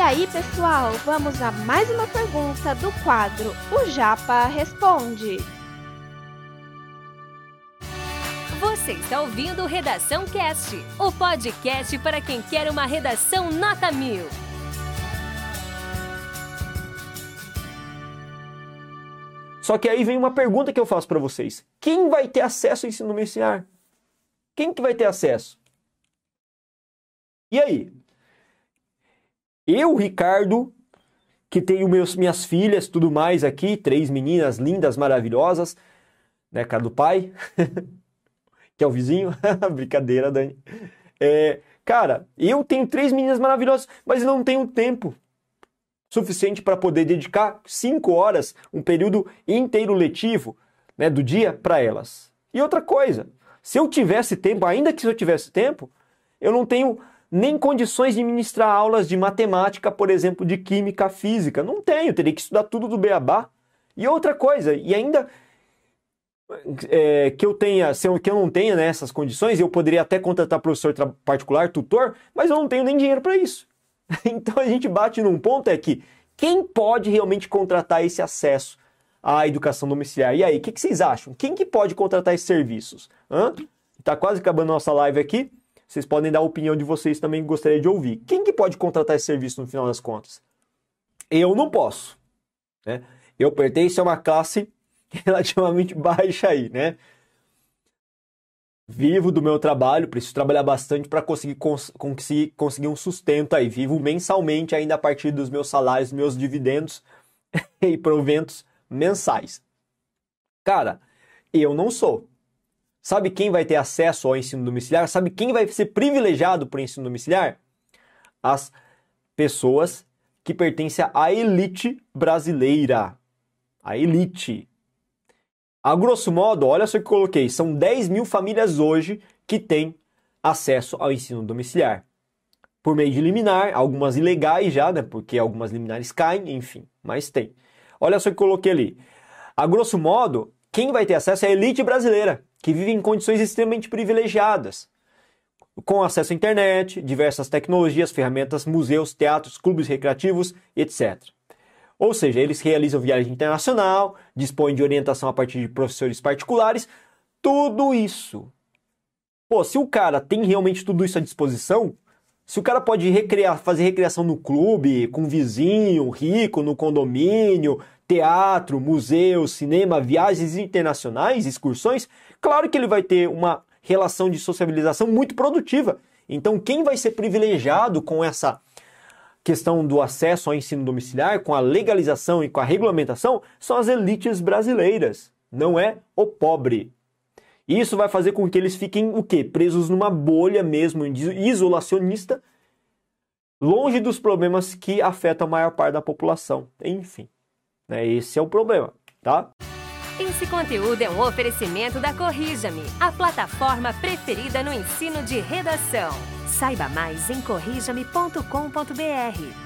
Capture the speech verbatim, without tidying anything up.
aí, pessoal, vamos a mais uma pergunta do quadro O Japa Responde. Você está ouvindo o Redação Cast, o podcast para quem quer uma redação nota mil. Só que aí vem uma pergunta que eu faço para vocês. Quem vai ter acesso ao ensino domiciliar? Quem que vai ter acesso? E aí? Eu, Ricardo, que tenho meus, minhas filhas, tudo mais aqui, três meninas lindas, maravilhosas, né, cara do pai, que é o vizinho, brincadeira, Dani. É, cara, eu tenho três meninas maravilhosas, mas eu não tenho tempo suficiente para poder dedicar cinco horas, um período inteiro letivo, né, do dia para elas. E outra coisa, se eu tivesse tempo, ainda que se eu tivesse tempo, eu não tenho nem condições de ministrar aulas de matemática, por exemplo, de química, física. Não tenho, teria que estudar tudo do beabá. E outra coisa, e ainda é, que eu tenha, se eu, que eu não tenha, né, essas condições, eu poderia até contratar professor particular, tutor, mas eu não tenho nem dinheiro para isso. Então a gente bate num ponto é que quem pode realmente contratar esse acesso à educação domiciliar? E aí, o que, que vocês acham? Quem que pode contratar esses serviços? Hã? Tá quase acabando a nossa live aqui. Vocês podem dar a opinião de vocês também, gostaria de ouvir. Quem que pode contratar esse serviço no final das contas? Eu não posso, né? Eu pertenço a uma classe relativamente baixa aí, né? Vivo do meu trabalho, preciso trabalhar bastante para conseguir, cons conseguir, conseguir um sustento aí. Vivo mensalmente ainda a partir dos meus salários, meus dividendos e proventos mensais. Cara, eu não sou. Sabe quem vai ter acesso ao ensino domiciliar? Sabe quem vai ser privilegiado por ensino domiciliar? As pessoas que pertencem à elite brasileira. A elite. A grosso modo, olha só o que eu coloquei, são dez mil famílias hoje que têm acesso ao ensino domiciliar. Por meio de liminar, algumas ilegais já, né? Porque algumas liminares caem, enfim, mas tem. Olha só o que eu coloquei ali. A grosso modo, quem vai ter acesso é a elite brasileira, que vive em condições extremamente privilegiadas, com acesso à internet, diversas tecnologias, ferramentas, museus, teatros, clubes recreativos, etcétera. Ou seja, eles realizam viagem internacional, dispõem de orientação a partir de professores particulares, tudo isso. Pô, se o cara tem realmente tudo isso à disposição, se o cara pode recrear, fazer recreação no clube, com um vizinho, rico, no condomínio, teatro, museu, cinema, viagens internacionais, excursões, claro que ele vai ter uma relação de sociabilização muito produtiva. Então, quem vai ser privilegiado com essa questão do acesso ao ensino domiciliar, com a legalização e com a regulamentação, são as elites brasileiras, não é o pobre. Isso vai fazer com que eles fiquem o quê? Presos numa bolha mesmo, isolacionista, longe dos problemas que afetam a maior parte da população. Enfim, né? Esse é o problema, tá? Esse conteúdo é um oferecimento da Corrija-me, a plataforma preferida no ensino de redação. Saiba mais em corrija me ponto com ponto br.